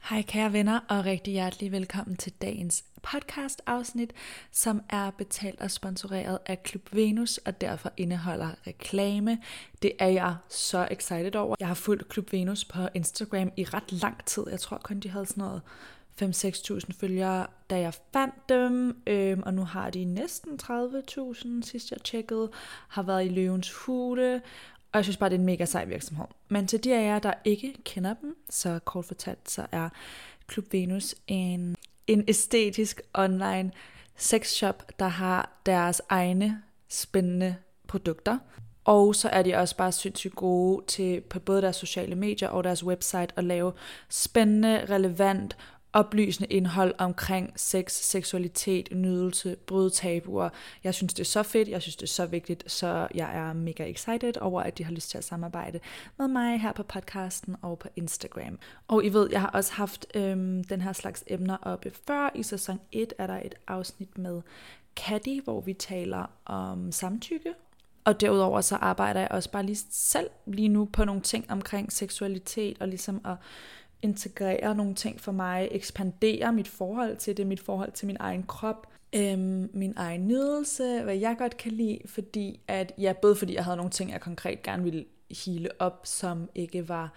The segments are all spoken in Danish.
Hej kære venner og rigtig hjertelig velkommen til dagens podcast afsnit, som er betalt og sponsoreret af Klub Venus og derfor indeholder reklame. Det er jeg så excited over. Jeg har fulgt Klub Venus på Instagram i ret lang tid. Jeg tror kun de havde sådan noget 5-6.000 følgere, da jeg fandt dem, og nu har de næsten 30.000, sidst jeg tjekkede, har været i Løvens Hule. Og jeg synes bare, det er en mega sej virksomhed. Men til de af jer, der ikke kender dem, så kort fortalt, så er Klub Venus en æstetisk online sexshop, der har deres egne spændende produkter. Og så er de også bare sindssygt gode til på både deres sociale medier og deres website at lave spændende, relevant, oplysende indhold omkring sex, seksualitet, nydelse, bryde tabuer. Jeg synes, det er så fedt, jeg synes, det er så vigtigt, så jeg er mega excited over, at de har lyst til at samarbejde med mig her på podcasten og på Instagram. Og I ved, jeg har også haft den her slags emner oppe før. I sæson 1 er der et afsnit med Katty, hvor vi taler om samtykke. Og derudover så arbejder jeg også bare lige nu på nogle ting omkring seksualitet og ligesom at integrere nogle ting for mig, ekspandere mit forhold til det, mit forhold til min egen krop, min egen nydelse, hvad jeg godt kan lide, fordi både fordi jeg havde nogle ting, jeg konkret gerne ville heale op, som ikke var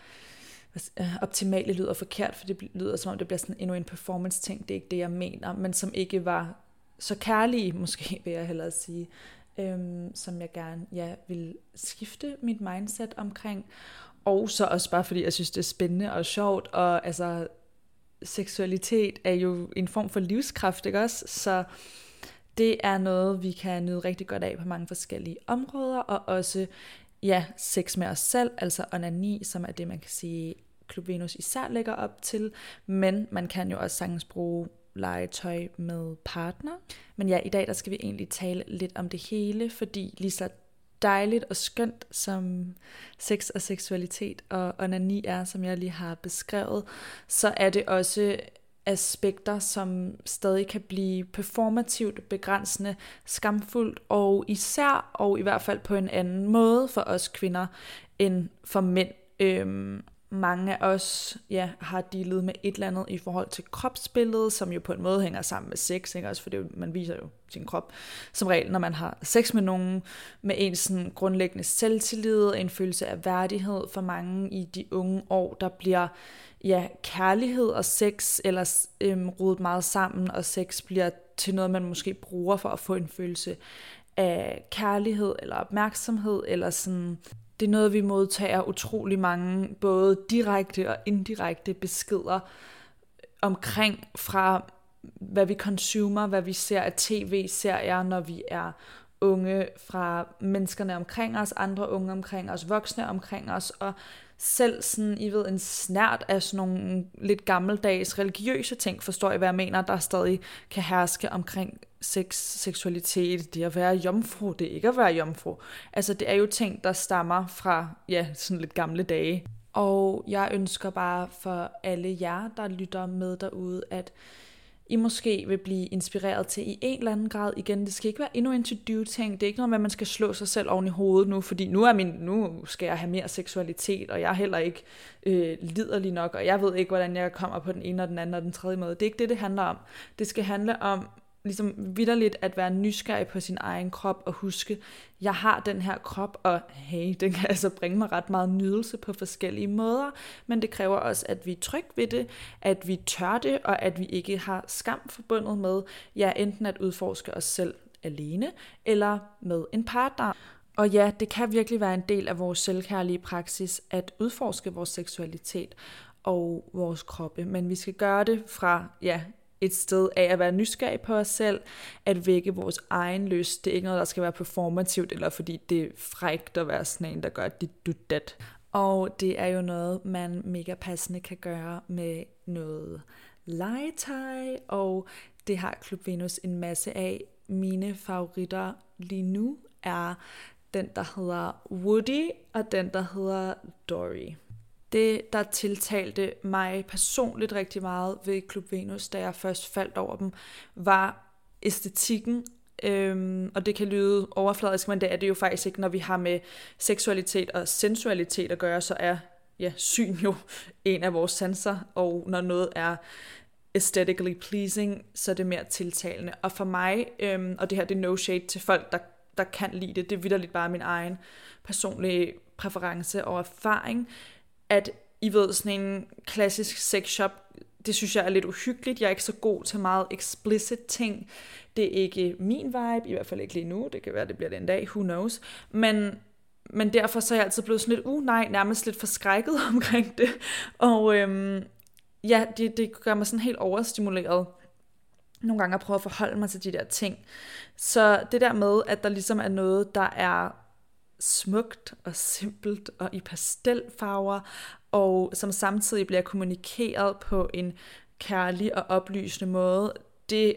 optimale, lyder forkert, for det lyder som om det bliver sådan endnu en performance ting, det er ikke det jeg mener, men som ikke var så kærlige, måske vil jeg hellere sige, som jeg gerne vil skifte mit mindset omkring. Og så også bare fordi jeg synes det er spændende og sjovt, og altså seksualitet er jo en form for livskraft, ikke også? Så det er noget vi kan nyde rigtig godt af på mange forskellige områder, og også sex med os selv, altså onani, som er det man kan sige Klub Venus især lægger op til, men man kan jo også sagtens bruge legetøj med partner. Men i dag der skal vi egentlig tale lidt om det hele, fordi lige så dejligt og skønt som sex og seksualitet og onani er, som jeg lige har beskrevet, så er det også aspekter, som stadig kan blive performativt, begrænsende, skamfuldt og især, og i hvert fald på en anden måde for os kvinder end for mænd. Mange af os har dealet med et eller andet i forhold til kropsbilledet, som jo på en måde hænger sammen med sex, ikke? Også fordi man viser jo sin krop som regel, når man har sex med nogen, med en sådan grundlæggende selvtillid, en følelse af værdighed. For mange i de unge år, der bliver kærlighed og sex eller rodet meget sammen, og sex bliver til noget, man måske bruger for at få en følelse af kærlighed eller opmærksomhed, eller sådan. Det er noget, vi modtager utrolig mange, både direkte og indirekte beskeder omkring fra, hvad vi consumer, hvad vi ser af tv-serier, når vi er unge, fra menneskerne omkring os, andre unge omkring os, voksne omkring os, og selv sådan, en snert af sådan nogle lidt gammeldags religiøse ting, forstår I, hvad jeg mener, der stadig kan herske omkring sex, seksualitet, det at være jomfru, det ikke at være jomfru. Altså det er jo ting, der stammer fra, sådan lidt gamle dage. Og jeg ønsker bare for alle jer, der lytter med derude, at I måske vil blive inspireret til i en eller anden grad. Igen, det skal ikke være endnu en to-do-ting. Det er ikke noget med, at man skal slå sig selv oven i hovedet nu, fordi nu skal jeg have mere seksualitet, og jeg er heller ikke liderlig nok, og jeg ved ikke, hvordan jeg kommer på den ene og den anden og den tredje måde. Det er ikke det handler om. Det skal handle om ligesom vitterligt at være nysgerrig på sin egen krop og huske, jeg har den her krop, og hey, den kan altså bringe mig ret meget nydelse på forskellige måder, men det kræver også, at vi er trygge ved det, at vi tør det, og at vi ikke har skam forbundet med, enten at udforske os selv alene, eller med en partner. Og det kan virkelig være en del af vores selvkærlige praksis, at udforske vores seksualitet og vores kroppe, men vi skal gøre det fra, et sted af at være nysgerrig på os selv, at vække vores egen lyst. Det er ikke noget, der skal være performativt, eller fordi det er frækt at være sådan en, der gør dit dat. Og det er jo noget, man mega passende kan gøre med noget legetøj, og det har Klub Venus en masse af. Mine favoritter lige nu er den, der hedder Woody, og den, der hedder Dory. Det, der tiltalte mig personligt rigtig meget ved Klub Venus, da jeg først faldt over dem, var æstetikken. Og det kan lyde overfladisk, men det er det jo faktisk ikke, når vi har med seksualitet og sensualitet at gøre, så er syn jo en af vores sanser, og når noget er aesthetically pleasing, så er det mere tiltalende. Og for mig, og det her det er no shade til folk, der kan lide det, det er vitterligt bare min egen personlige præference og erfaring, at I ved, sådan en klassisk sexshop, det synes jeg er lidt uhyggeligt. Jeg er ikke så god til meget explicit ting. Det er ikke min vibe, i hvert fald ikke lige nu. Det kan være, det bliver det en dag, who knows. Men derfor så er jeg altid blevet sådan lidt, nærmest lidt forskrækket omkring det. Og det gør mig sådan helt overstimuleret nogle gange at prøve at forholde mig til de der ting. Så det der med, at der ligesom er noget, der er smukt og simpelt og i pastelfarver, og som samtidig bliver kommunikeret på en kærlig og oplysende måde, det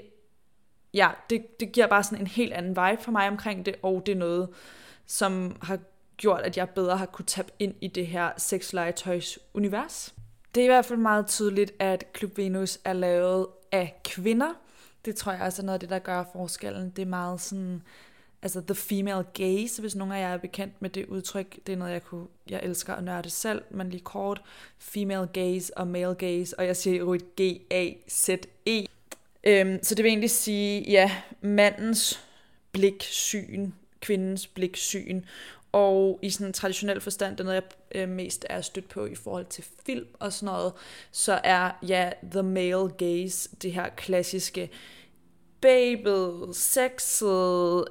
giver bare sådan en helt anden vibe for mig omkring det, og det er noget, som har gjort, at jeg bedre har kunne tabe ind i det her sexlegetøjs univers. Det er i hvert fald meget tydeligt, at Club Venus er lavet af kvinder. Det tror jeg også er noget af det, der gør forskellen. Det er meget sådan, altså the female gaze, hvis nogen af jer er bekendt med det udtryk. Det er noget, jeg elsker at nørde selv, men lige kort. Female gaze og male gaze, og jeg siger jo et G-A-Z-E. Så det vil egentlig sige, mandens bliksyn, kvindens bliksyn, og i sådan en traditionel forstand, det er noget, jeg mest er stødt på i forhold til film og sådan noget, så er the male gaze, det her klassiske babet, sexet,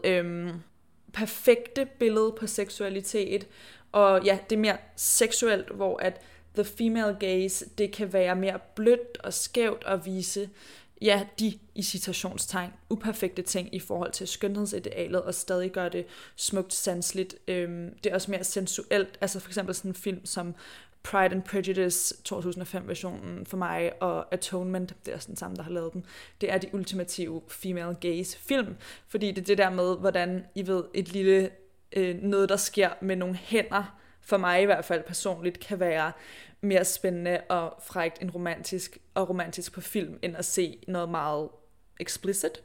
perfekte billede på seksualitet, og det er mere seksuelt, hvor at the female gaze, det kan være mere blødt og skævt og vise de i citationstegn uperfekte ting i forhold til skønhedsidealet, og stadig gør det smukt sanseligt. Det er også mere sensuelt, altså for eksempel sådan en film som Pride and Prejudice 2005-versionen for mig, og Atonement, det er sådan samme, der har lavet den. Det er de ultimative female gaze film, fordi det er det der med, hvordan I ved, et lille noget, der sker med nogle hænder, for mig i hvert fald personligt, kan være mere spændende og frækt end romantisk på film, end at se noget meget explicit.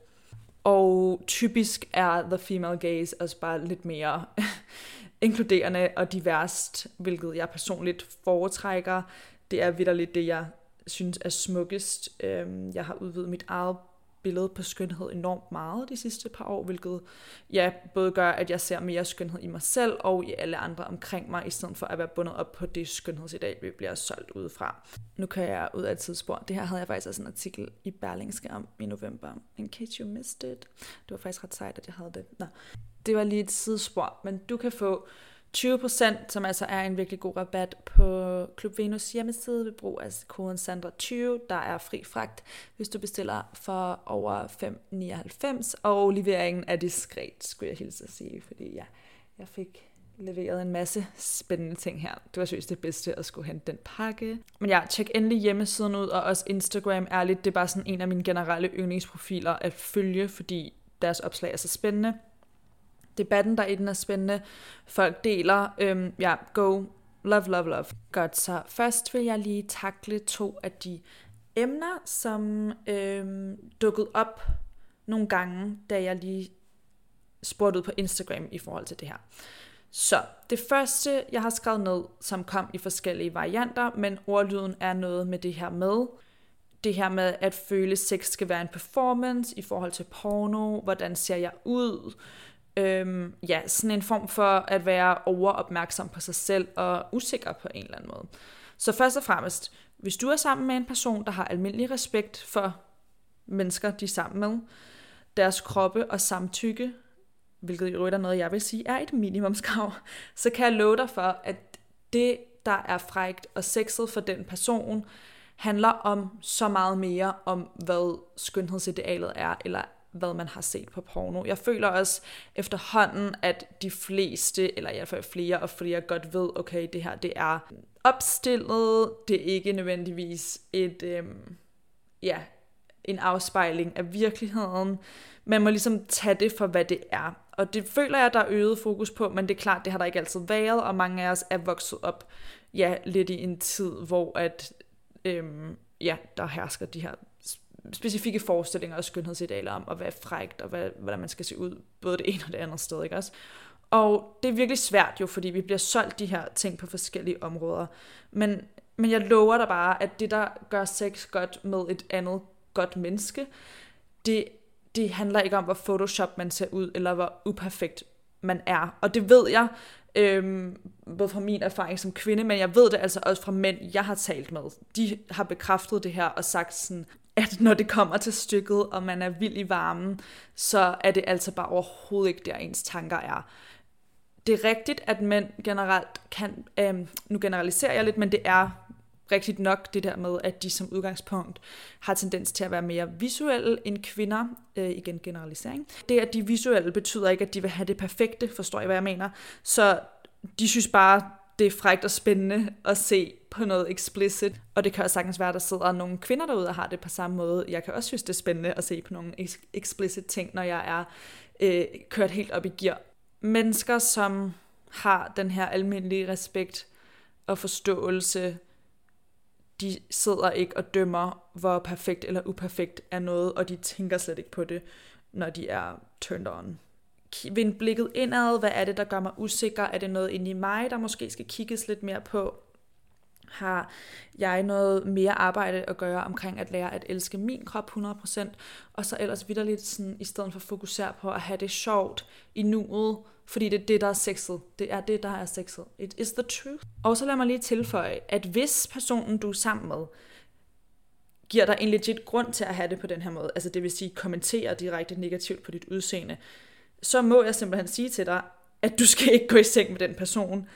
Og typisk er the female gaze også bare lidt mere inkluderende og diverst, hvilket jeg personligt foretrækker. Det er vitterligt det, jeg synes er smukkest. Jeg har udvidet mit eget billede på skønhed enormt meget de sidste par år, hvilket både gør, at jeg ser mere skønhed i mig selv og i alle andre omkring mig, i stedet for at være bundet op på det skønhedsideal, vi bliver solgt udefra. Nu kan jeg ud af et tidsspor. Det her havde jeg faktisk også en artikel i Berlingske om i november. In case you missed it. Det var faktisk ret sejt, at jeg havde det. Nå. Det var lige et sidespor, men du kan få 20%, som altså er en virkelig god rabat på Club Venus hjemmeside ved brug af koden Sandra20. Der er fri fragt, hvis du bestiller for over 5,99, og leveringen er diskret, skulle jeg hilse at sige, fordi jeg fik leveret en masse spændende ting her. Det var seriøst det bedste at skulle hente den pakke. Men tjek endelig hjemmesiden ud, og også Instagram. Ærligt, det er bare sådan en af mine generelle yndlingsprofiler at følge, fordi deres opslag er så spændende. Debatten der i den er spændende. Folk deler. Go. Love. Godt, så først vil jeg lige takle 2 af de emner, som dukkede op nogle gange, da jeg lige spurgte ud på Instagram i forhold til det her. Så det første, jeg har skrevet ned, som kom i forskellige varianter, men ordlyden er noget med det her med at føle sex skal være en performance i forhold til porno. Hvordan ser jeg ud? Sådan en form for at være overopmærksom på sig selv og usikker på en eller anden måde. Så først og fremmest, hvis du er sammen med en person, der har almindelig respekt for mennesker, de er sammen med, deres kroppe og samtykke, hvilket i øvrigt er noget, jeg vil sige, er et minimumskrav, så kan jeg love dig for, at det, der er frækt og sexet for den person, handler om så meget mere om, hvad skønhedsidealet er, eller hvad man har set på porno. Jeg føler også efterhånden, at de fleste, eller i hvert fald flere og flere, godt ved, okay, det her, det er opstillet, det er ikke nødvendigvis en afspejling af virkeligheden. Man må ligesom tage det for, hvad det er. Og det føler jeg, der er øget fokus på, men det er klart, det har der ikke altid været, og mange af os er vokset op, lidt i en tid, hvor at, der hersker de her specifikke forestillinger og skønhedsidealer om at være frækt, og hvordan man skal se ud, både det ene og det andet sted, ikke også? Og det er virkelig svært jo, fordi vi bliver solgt de her ting på forskellige områder. Men jeg lover dig bare, at det, der gør sex godt med et andet godt menneske, det handler ikke om, hvor Photoshop man ser ud, eller hvor uperfekt man er. Og det ved jeg, både fra min erfaring som kvinde, men jeg ved det altså også fra mænd, jeg har talt med. De har bekræftet det her og sagt sådan, at når det kommer til stykket, og man er vild i varmen, så er det altså bare overhovedet ikke der, ens tanker er. Det er rigtigt, at mænd generelt kan, nu generaliserer jeg lidt, men det er rigtigt nok det der med, at de som udgangspunkt har tendens til at være mere visuelle end kvinder, igen generalisering. Det, at de er visuelle, betyder ikke, at de vil have det perfekte, forstår I, hvad jeg mener? Så de synes bare, det er frækt og spændende at se på noget explicit, og det kan også sagtens være, at der sidder nogle kvinder derude og har det på samme måde. Jeg kan også synes, det er spændende at se på nogle explicit ting, når jeg er kørt helt op i gear. Mennesker, som har den her almindelige respekt og forståelse, de sidder ikke og dømmer, hvor perfekt eller uperfekt er noget, og de tænker slet ikke på det, når de er turned on. Vind blikket indad, hvad er det, der gør mig usikker? Er det noget inde i mig, der måske skal kigges lidt mere på? Har jeg noget mere arbejde at gøre omkring at lære at elske min krop 100%, og så ellers vitterligt sådan, i stedet for at fokusere på at have det sjovt i nuet, fordi det er det, der er sexet. Det er det, der er sexet. It is the truth. Og så lad mig lige tilføje, at hvis personen, du er sammen med, giver dig en legit grund til at have det på den her måde, altså det vil sige kommentere direkte negativt på dit udseende, så må jeg simpelthen sige til dig, at du skal ikke gå i seng med den person.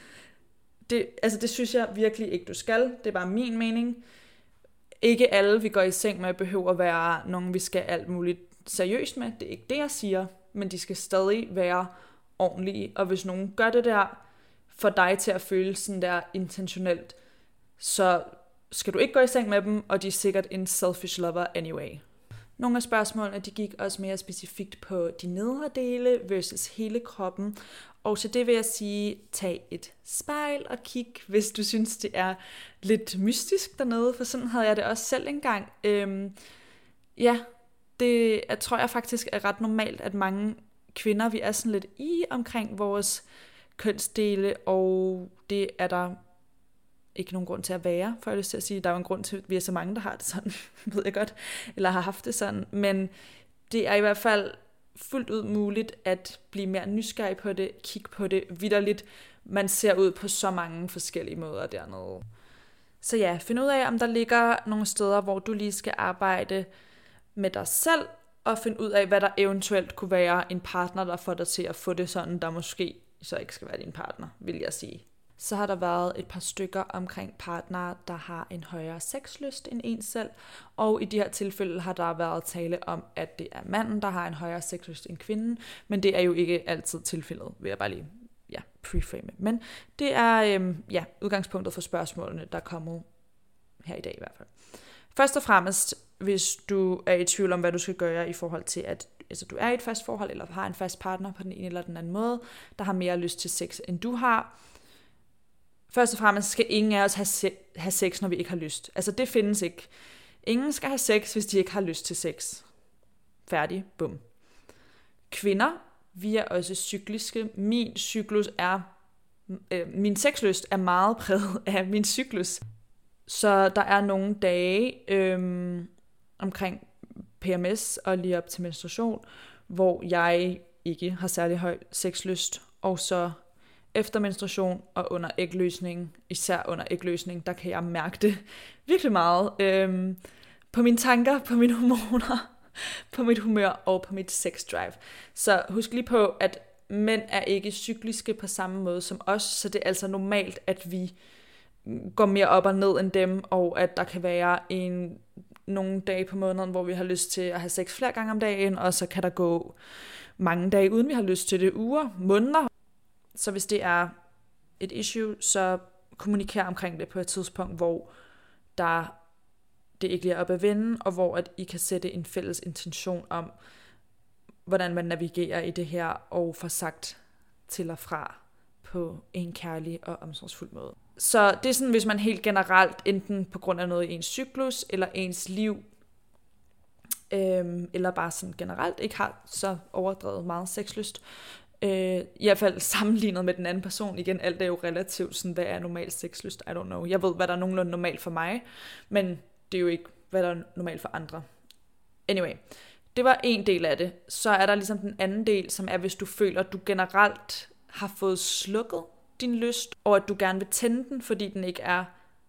Det synes jeg virkelig ikke, du skal. Det er bare min mening. Ikke alle, vi går i seng med, behøver at være nogen, vi skal alt muligt seriøst med. Det er ikke det, jeg siger. Men de skal stadig være ordentlige. Og hvis nogen gør det der, for dig til at føle sådan der intentionelt, så skal du ikke gå i seng med dem, og de er sikkert en selfish lover anyway. Nogle af spørgsmålene, de gik også mere specifikt på de nedre dele versus hele kroppen. Og til det vil jeg sige, tag et spejl og kig, hvis du synes, det er lidt mystisk dernede, for sådan havde jeg det også selv engang. Det tror jeg faktisk er ret normalt, at mange kvinder, vi er sådan lidt i omkring vores kønsdele, og det er der ikke nogen grund til at være, for jeg lyst til at sige. Der er jo en grund til, at vi er så mange, der har det sådan, ved jeg godt, eller har haft det sådan, men det er i hvert fald fuldt ud muligt at blive mere nysgerrig på det, kigge på det vitterligt. Man ser ud på så mange forskellige måder dernede. Så ja, find ud af, om der ligger nogle steder, hvor du lige skal arbejde med dig selv, og finde ud af, hvad der eventuelt kunne være en partner, der får dig til at få det sådan, der måske så ikke skal være din partner, vil jeg sige. Så har der været et par stykker omkring partnere, der har en højere sexlyst end en selv, og i de her tilfælde har der været tale om, at det er manden, der har en højere sexlyst end kvinden, men det er jo ikke altid tilfældet, vil jeg bare lige preframe. Men det er udgangspunktet for spørgsmålene, der er kommet her i dag i hvert fald. Først og fremmest, hvis du er i tvivl om, hvad du skal gøre i forhold til, at du er i et fast forhold, eller har en fast partner på den ene eller den anden måde, der har mere lyst til sex, end du har. Først og fremmest skal ingen af os have sex, når vi ikke har lyst. Altså det findes ikke. Ingen skal have sex, hvis de ikke har lyst til sex. Færdig. Bum. Kvinder, vi er også cykliske. Min sexlyst er meget præget af min cyklus. Så der er nogle dage omkring PMS og lige op til menstruation, hvor jeg ikke har særlig høj sexlyst, og så efter menstruation og under ægløsning, især under ægløsning, der kan jeg mærke det virkelig meget på mine tanker, på mine hormoner, på mit humør og på mit sex drive. Så husk lige på, at mænd er ikke cykliske på samme måde som os, så det er altså normalt, at vi går mere op og ned end dem, og at der kan være nogle dage på måneden, hvor vi har lyst til at have sex flere gange om dagen, og så kan der gå mange dage, uden vi har lyst til det, uger, måneder. Så hvis det er et issue, så kommuniker omkring det på et tidspunkt, hvor det ikke lige er op at vende, og hvor at I kan sætte en fælles intention om, hvordan man navigerer i det her, og får sagt til og fra på en kærlig og omsorgsfuld måde. Så det er sådan, hvis man helt generelt, enten på grund af noget i ens cyklus, eller ens liv, eller bare sådan generelt ikke har så overdrevet meget sexlyst, I hvert fald sammenlignet med den anden person. Igen, alt er jo relativt, sådan, hvad er normal sexlyst? I don't know. Jeg ved, hvad der er nogenlunde normalt for mig, men det er jo ikke, hvad der er normalt for andre. Anyway, det var en del af det. Så er der ligesom den anden del, som er, hvis du føler, at du generelt har fået slukket din lyst, og at du gerne vil tænde den, fordi den ikke er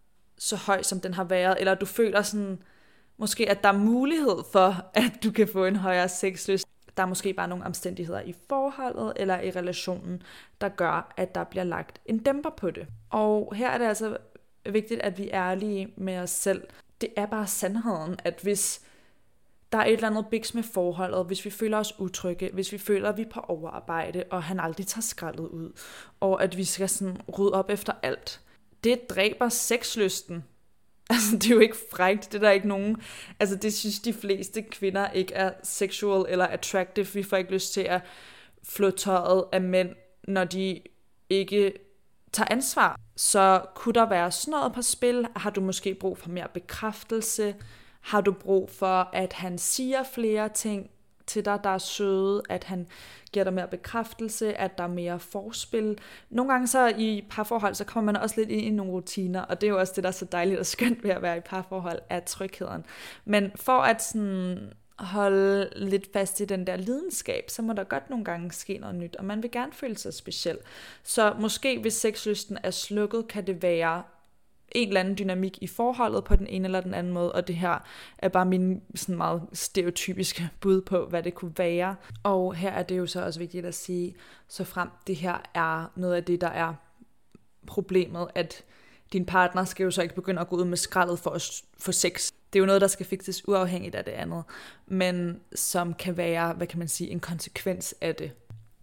så høj, som den har været, eller du føler sådan, måske at der er mulighed for, at du kan få en højere sexlyst. Der er måske bare nogle omstændigheder i forholdet eller i relationen, der gør, at der bliver lagt en dæmper på det. Og her er det altså vigtigt, at vi er ærlige med os selv. Det er bare sandheden, at hvis der er et eller andet biks med forholdet, hvis vi føler os utrygge, hvis vi føler, at vi er på overarbejde, og han aldrig tager skraldet ud, og at vi skal sådan rydde op efter alt, det dræber sexlysten. Altså, det er jo ikke frækt, det er der ikke nogen. Altså, det synes de fleste kvinder ikke er sexual eller attractive. Vi får ikke lyst til at flå tøjet af mænd, når de ikke tager ansvar. Så kunne der være sådan noget på spil? Har du måske brug for mere bekræftelse? Har du brug for, at han siger flere ting til dig, der er søde, at han giver dig mere bekræftelse, at der er mere forspil. Nogle gange så i parforhold, så kommer man også lidt ind i nogle rutiner, og det er jo også det, der er så dejligt og skønt ved at være i parforhold, af trygheden. Men for at sådan holde lidt fast i den der lidenskab, så må der godt nogle gange ske noget nyt, og man vil gerne føle sig speciel. Så måske hvis sexlysten er slukket, kan det være en eller anden dynamik i forholdet på den ene eller den anden måde, og det her er bare min sådan meget stereotypiske bud på, hvad det kunne være. Og her er det jo så også vigtigt at sige, så frem det her er noget af det, der er problemet, at din partner skal jo så ikke begynde at gå ud med skraldet for at få sex. Det er jo noget, der skal fikses uafhængigt af det andet, men som kan være, hvad kan man sige, en konsekvens af det.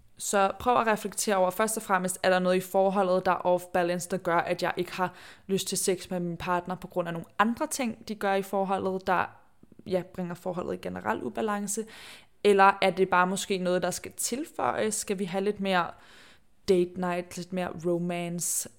Så prøv at reflektere over, først og fremmest, er der noget i forholdet, der er off-balance, der gør, at jeg ikke har lyst til sex med min partner på grund af nogle andre ting, de gør i forholdet, der bringer forholdet i generel ubalance? Eller er det bare måske noget, der skal tilføjes? Skal vi have lidt mere date night, lidt mere romance?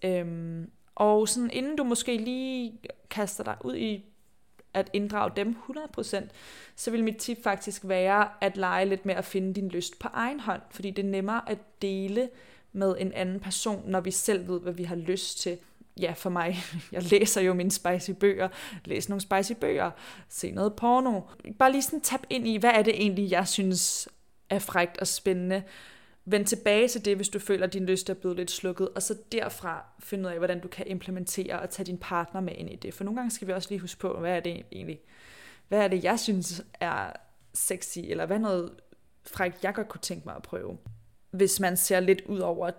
Og sådan, inden du måske lige kaster dig ud i at inddrage dem 100%, så vil mit tip faktisk være at lege lidt med at finde din lyst på egen hånd, fordi det er nemmere at dele med en anden person, når vi selv ved, hvad vi har lyst til. Ja, for mig, jeg læser jo mine spicy bøger, læs nogle spicy bøger, se noget porno. Bare lige sådan tab ind i, hvad er det egentlig, jeg synes er frækt og spændende. Vend tilbage til det, hvis du føler, at din lyst er blevet lidt slukket, og så derfra finde ud af, hvordan du kan implementere og tage din partner med ind i det. For nogle gange skal vi også lige huske på, hvad er det egentlig? Hvad er det, jeg synes er sexy, eller hvad er noget frækt, jeg godt kunne tænke mig at prøve? Hvis man ser lidt ud over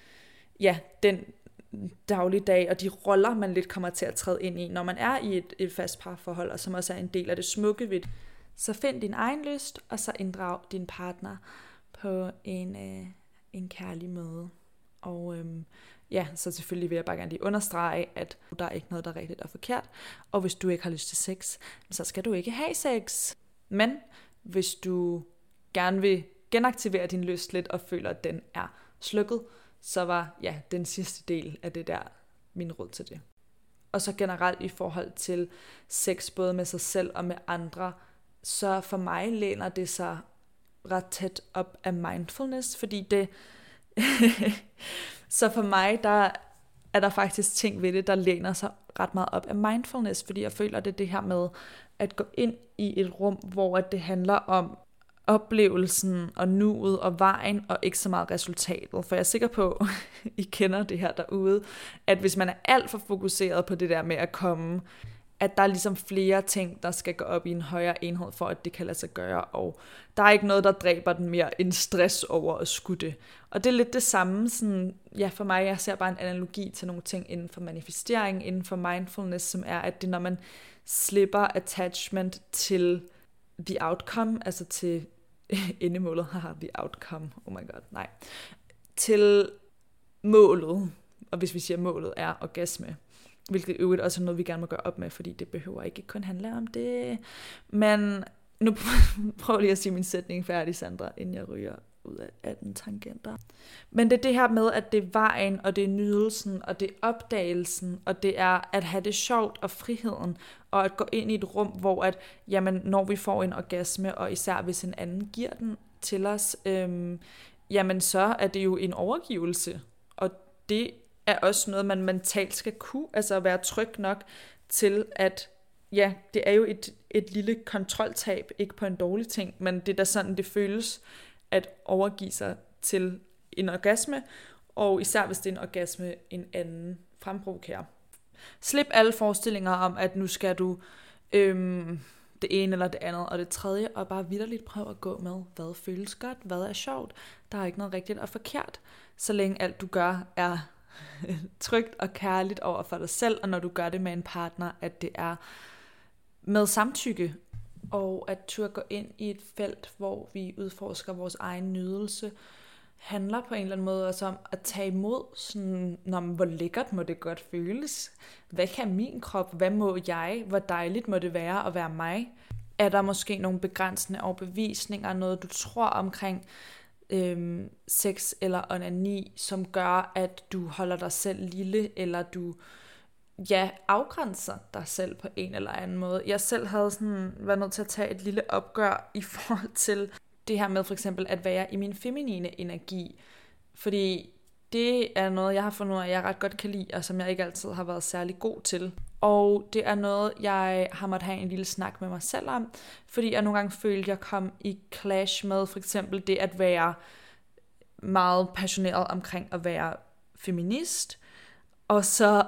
den dagligdag og de roller, man lidt kommer til at træde ind i, når man er i et fast parforhold, og som også er en del af det smukke ved det. Så find din egen lyst, og så inddrag din partner på en kærlig måde. Og så selvfølgelig vil jeg bare gerne lige understrege, at der er ikke noget, der er rigtigt og forkert. Og hvis du ikke har lyst til sex, så skal du ikke have sex. Men hvis du gerne vil genaktivere din lyst lidt, og føler, at den er slukket, så var den sidste del af det der min råd til det. Og så generelt i forhold til sex, både med sig selv og med andre, så for mig læner det sig ret tæt op af mindfulness, fordi det så for mig, der er der faktisk ting ved det, der læner sig ret meget op af mindfulness, fordi jeg føler, det her med at gå ind i et rum, hvor det handler om oplevelsen og nuet og vejen, og ikke så meget resultatet. For jeg er sikker på, I kender det her derude, at hvis man er alt for fokuseret på det der med at komme, at der er ligesom flere ting, der skal gå op i en højere enhed, for at det kan lade sig gøre, og der er ikke noget, der dræber den mere end stress over at skulle det. Og det er lidt det samme, sådan, for mig, jeg ser bare en analogi til nogle ting inden for manifestering, inden for mindfulness, som er, at det når man slipper attachment til the outcome, altså til endemålet, the outcome, oh my god, nej, til målet, og hvis vi siger, målet er orgasme, hvilket øvrigt også er noget, vi gerne må gøre op med, fordi det behøver ikke kun handle om det. Men nu prøv lige at sige min sætning færdig, Sandra, inden jeg ryger ud af den tangenter. Men det er det her med, at det er vejen, og det er nydelsen, og det er opdagelsen, og det er at have det sjovt og friheden, og at gå ind i et rum, hvor at, når vi får en orgasme, og især hvis en anden giver den til os, jamen så er det jo en overgivelse. Og det er også noget, man mentalt skal kunne, altså være tryg nok til, at ja, det er jo et lille kontroltab, ikke på en dårlig ting, men det er da sådan, det føles at overgive sig til en orgasme, og især hvis det er en orgasme, en anden fremprovokerer. Slip alle forestillinger om, at nu skal du det ene eller det andet og det tredje, og bare vitterligt prøve at gå med, hvad føles godt, hvad er sjovt. Der er ikke noget rigtigt og forkert, så længe alt du gør er trygt og kærligt over for dig selv, og når du gør det med en partner, at det er med samtykke, og at turde gå ind i et felt, hvor vi udforsker vores egen nydelse, handler på en eller anden måde også om at tage imod, sådan, hvor lækkert må det godt føles? Hvad kan min krop? Hvad må jeg? Hvor dejligt må det være at være mig? Er der måske nogle begrænsende overbevisninger, noget du tror omkring sex eller onani, som gør, at du holder dig selv lille, eller du afgrænser dig selv på en eller anden måde. Jeg selv havde været nødt til at tage et lille opgør i forhold til det her med for eksempel at være i min feminine energi. Fordi det er noget, jeg har fundet ud af, at jeg ret godt kan lide, og som jeg ikke altid har været særlig god til. Og det er noget, jeg har måttet have en lille snak med mig selv om, fordi jeg nogle gange følte, at jeg kom i clash med for eksempel det at være meget passioneret omkring at være feminist, og så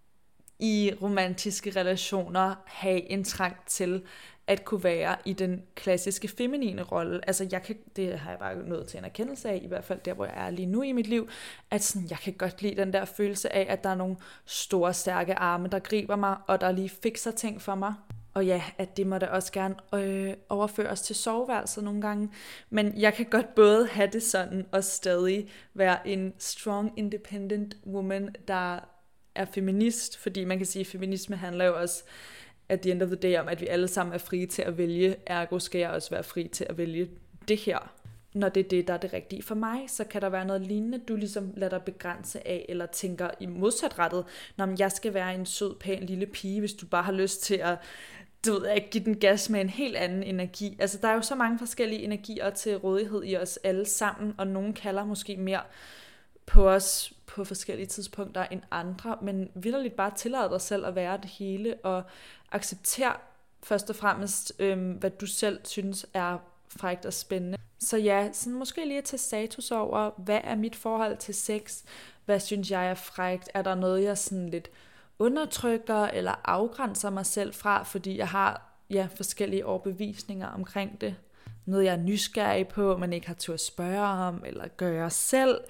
i romantiske relationer have en trang til at kunne være i den klassiske feminine rolle. Altså det har jeg bare nået til en erkendelse af, i hvert fald der, hvor jeg er lige nu i mit liv, at sådan, jeg kan godt lide den der følelse af, at der er nogle store, stærke arme, der griber mig, og der lige fikser ting for mig. Og ja, at det må da også gerne overføres til soveværelset nogle gange. Men jeg kan godt både have det sådan, og stadig være en strong, independent woman, der er feminist, fordi man kan sige, at feminisme handler jo også at the end of the day om, at vi alle sammen er frie til at vælge, ergo skal jeg også være fri til at vælge det her. Når det er det, der er det rigtige for mig, så kan der være noget lignende, du ligesom lader dig begrænse af, eller tænker i modsatrettet, når jeg skal være en sød, pæn lille pige, hvis du bare har lyst til at give den gas med en helt anden energi. Altså der er jo så mange forskellige energier til rådighed i os alle sammen, og nogen kalder måske mere på os på forskellige tidspunkter end andre, men vitterligt bare tillade dig selv at være det hele, og acceptere først og fremmest, hvad du selv synes er frækt og spændende. Så ja, sådan måske lige at tage status over, hvad er mit forhold til sex? Hvad synes jeg er frækt? Er der noget, jeg sådan lidt undertrykker eller afgrænser mig selv fra, fordi jeg har forskellige overbevisninger omkring det? Noget, jeg er nysgerrig på, man ikke har tur at spørge om, eller gøre selv.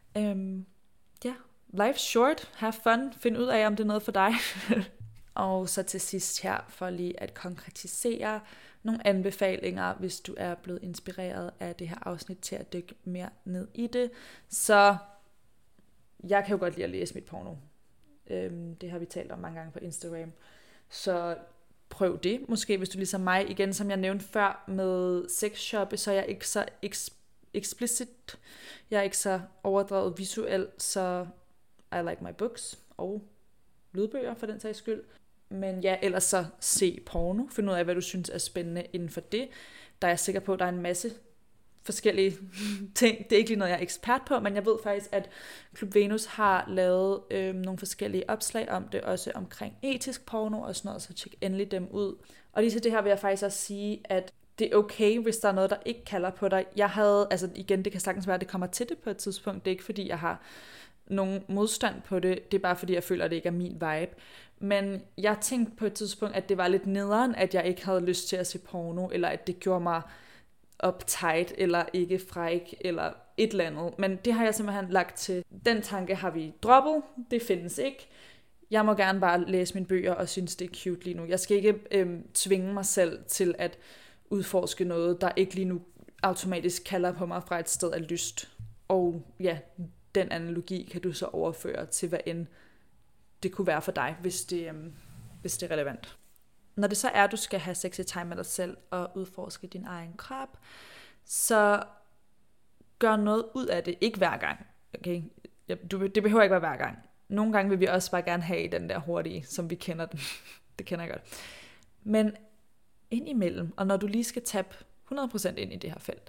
Life's short, have fun, find ud af, om det er noget for dig. Og så til sidst her, for lige at konkretisere nogle anbefalinger, hvis du er blevet inspireret af det her afsnit til at dykke mere ned i det. Så jeg kan jo godt lide at læse mit porno. Det har vi talt om mange gange på Instagram. Så prøv det. Måske hvis du ligesom mig, igen som jeg nævnte før med sexshoppe, så er jeg ikke så explicit. Jeg er ikke så overdrevet visuel, så I like my books og lydbøger for den sags skyld. Men ja, ellers så se porno. Find ud af, hvad du synes er spændende inden for det. Der er jeg sikker på, at der er en masse forskellige ting. Det er ikke lige noget, jeg er ekspert på, men jeg ved faktisk, at Club Venus har lavet nogle forskellige opslag om det, også omkring etisk porno og sådan noget, så tjek endelig dem ud. Og lige til det her vil jeg faktisk også sige, at det er okay, hvis der er noget, der ikke kalder på dig. Jeg havde, altså igen, det kan sagtens være, at det kommer til det på et tidspunkt. Det er ikke, fordi jeg har nogen modstand på det. Det er bare, fordi jeg føler, at det ikke er min vibe. Men jeg tænkte på et tidspunkt, at det var lidt nederen, at jeg ikke havde lyst til at se porno, eller at det gjorde mig uptight, eller ikke fræk, eller et eller andet. Men det har jeg simpelthen lagt til. Den tanke har vi droppet. Det findes ikke. Jeg må gerne bare læse mine bøger og synes, det er cute lige nu. Jeg skal ikke tvinge mig selv til at udforske noget, der ikke lige nu automatisk kalder på mig fra et sted af lyst. Og ja, den analogi kan du så overføre til, hvad end det kunne være for dig, hvis det er relevant. Når det så er, at du skal have sexy time med dig selv og udforske din egen krop, så gør noget ud af det. Ikke hver gang. Okay? Det behøver ikke være hver gang. Nogle gange vil vi også bare gerne have den der hurtige, som vi kender den. Det kender jeg godt. Men indimellem, og når du lige skal tabe 100% ind i det her felt,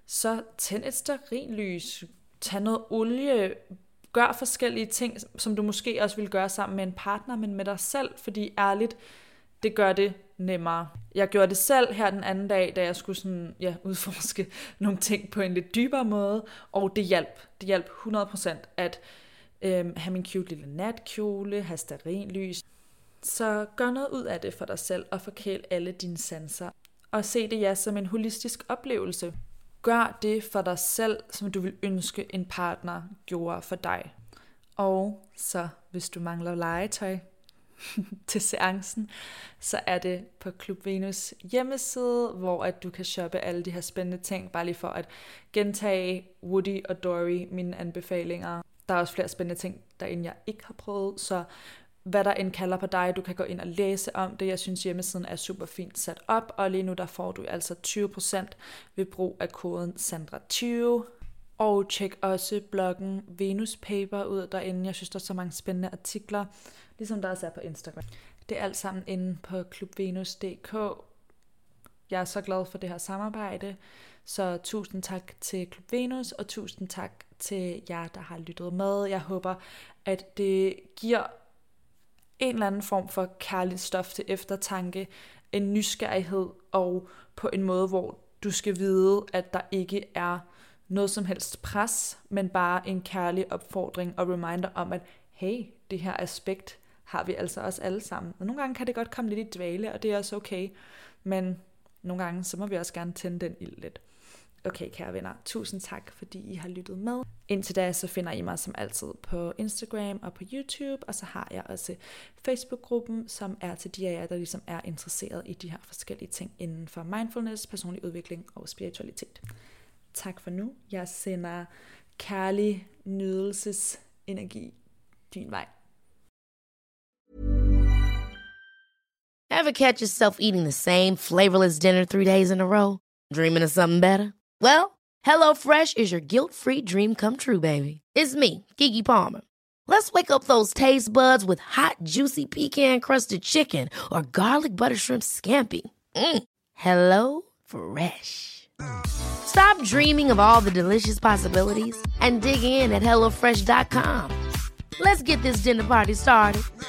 så tænd et stearinlys, tag noget olie, gør forskellige ting, som du måske også vil gøre sammen med en partner, men med dig selv, fordi ærligt, det gør det nemmere. Jeg gjorde det selv her den anden dag, da jeg skulle sådan, udforske nogle ting på en lidt dybere måde, og det hjalp. Det hjalp 100% at have min cute lille natkjole, have stearinlys. Så gør noget ud af det for dig selv, og forkæl alle dine sanser. Og se det som en holistisk oplevelse. Gør det for dig selv, som du vil ønske en partner gjorde for dig. Og så, hvis du mangler legetøj til seancen, så er det på Club Venus hjemmeside, hvor at du kan shoppe alle de her spændende ting, bare lige for at gentage Woody og Dory, mine anbefalinger. Der er også flere spændende ting derinde, jeg ikke har prøvet, så hvad der end kalder på dig, du kan gå ind og læse om det. Jeg synes hjemmesiden er super fint sat op, og lige nu der får du altså 20% ved brug af koden Sandra20. Og tjek også bloggen Venus Paper ud derinde. Jeg synes, der er så mange spændende artikler, ligesom der også er på Instagram. Det er alt sammen inde på klubvenus.dk. Jeg er så glad for det her samarbejde, så tusind tak til Club Venus, og tusind tak til jer, der har lyttet med. Jeg håber, at det giver en eller anden form for kærligt stof til eftertanke, en nysgerrighed, og på en måde, hvor du skal vide, at der ikke er noget som helst pres, men bare en kærlig opfordring og reminder om, at hey, det her aspekt har vi altså også alle sammen. Og nogle gange kan det godt komme lidt i dvale, og det er også okay, men nogle gange så må vi også gerne tænde den ild lidt. Okay, kære venner, tusind tak, fordi I har lyttet med. Indtil da, så finder I mig som altid på Instagram og på YouTube, og så har jeg også Facebook-gruppen, som er til de af jer, der ligesom er interesseret i de her forskellige ting inden for mindfulness, personlig udvikling og spiritualitet. Tak for nu. Jeg sender kærlig nydelsesenergi din vej. Ever catch yourself eating the same flavorless dinner 3 days in a row? Dreaming of something better? Well, HelloFresh is your guilt-free dream come true, baby. It's me, Keke Palmer. Let's wake up those taste buds with hot, juicy pecan-crusted chicken or garlic butter shrimp scampi. Hello Fresh. Stop dreaming of all the delicious possibilities and dig in at HelloFresh.com. Let's get this dinner party started.